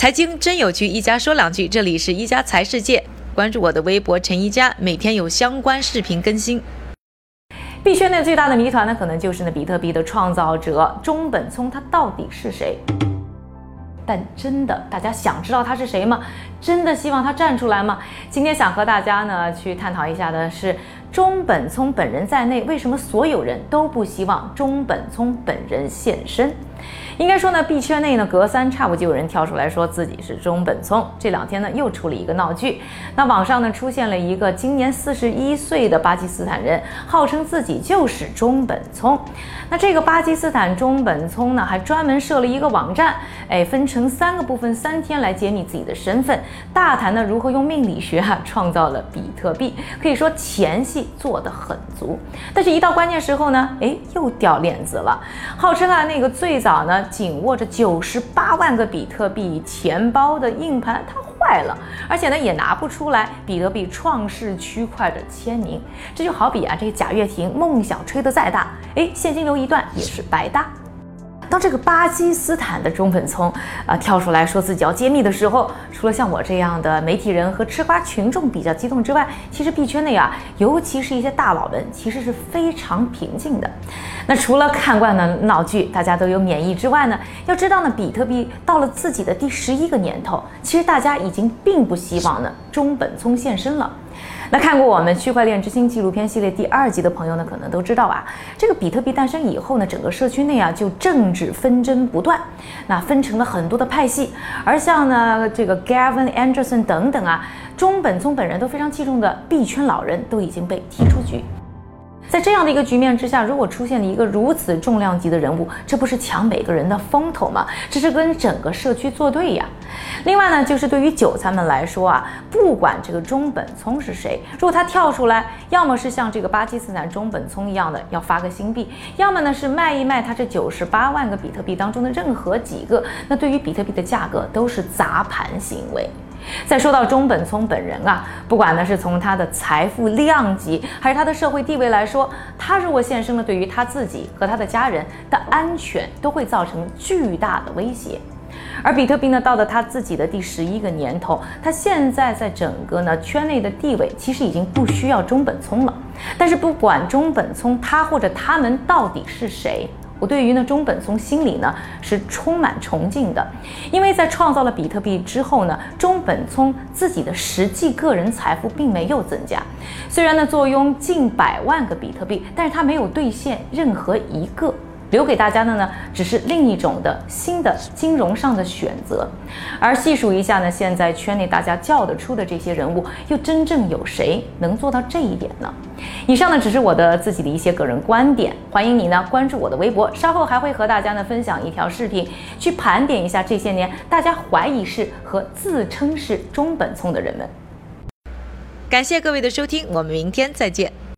财经真有趣，一家说两句。这里是一家财世界，关注我的微博陈一家，每天有相关视频更新。币圈内最大的谜团呢，可能就是比特币的创造者中本聪，他到底是谁？但真的，大家想知道他是谁吗？真的希望他站出来吗？今天想和大家呢去探讨一下的是，中本聪本人在内，为什么所有人都不希望中本聪本人现身？应该说呢，币圈内呢隔三差五就有人跳出来说自己是中本聪。这两天呢又出了一个闹剧，那网上呢出现了一个今年41岁的巴基斯坦人，号称自己就是中本聪。那这个巴基斯坦中本聪呢还专门设了一个网站，分成3个部分，3天来揭秘自己的身份，大谈呢如何用命理学创造了比特币，可以说前戏做得很足。但是一到关键时候呢，又掉链子了，号称那个最早呢紧握着98万个比特币钱包的硬盘它坏了，而且呢也拿不出来比特币创世区块的签名。这就好比这个贾跃亭梦想吹得再大，现金流一断也是白搭。当这个巴基斯坦的中本聪跳出来说自己要揭秘的时候，除了像我这样的媒体人和吃瓜群众比较激动之外，其实币圈内尤其是一些大佬们其实是非常平静的。那除了看惯了闹剧大家都有免疫之外呢，要知道呢，比特币到了自己的第11个年头，其实大家已经并不希望呢中本聪现身了。那看过我们区块链之星纪录片系列第2集的朋友呢，可能都知道这个比特币诞生以后呢，整个社区内就政治纷争不断，那分成了很多的派系。而像呢这个 Gavin Andresen 等等中本聪本人都非常器重的币圈老人都已经被踢出局。在这样的一个局面之下，如果出现了一个如此重量级的人物，这不是抢每个人的风头吗？这是跟整个社区作对呀。另外呢，就是对于韭菜们来说不管这个中本聪是谁，如果他跳出来，要么是像这个巴基斯坦中本聪一样的要发个新币，要么呢是卖一卖他这98万个比特币当中的任何几个，那对于比特币的价格都是砸盘行为。再说到中本聪本人不管呢是从他的财富量级还是他的社会地位来说，他如果现身了，对于他自己和他的家人的安全都会造成巨大的威胁。而比特币呢，到了他自己的第11个年头，他现在在整个呢圈内的地位其实已经不需要中本聪了。但是不管中本聪他或者他们到底是谁，我对于呢中本聪心里呢是充满崇敬的，因为在创造了比特币之后呢，中本聪自己的实际个人财富并没有增加，虽然呢坐拥近100万个比特币，但是他没有兑现任何一个。留给大家的呢，只是另一种的新的金融上的选择。而细数一下呢，现在圈内大家叫得出的这些人物，又真正有谁能做到这一点呢？以上呢只是我的自己的一些个人观点，欢迎你呢关注我的微博，稍后还会和大家呢分享一条视频，去盘点一下这些年大家怀疑是和自称是中本聪的人们。感谢各位的收听，我们明天再见。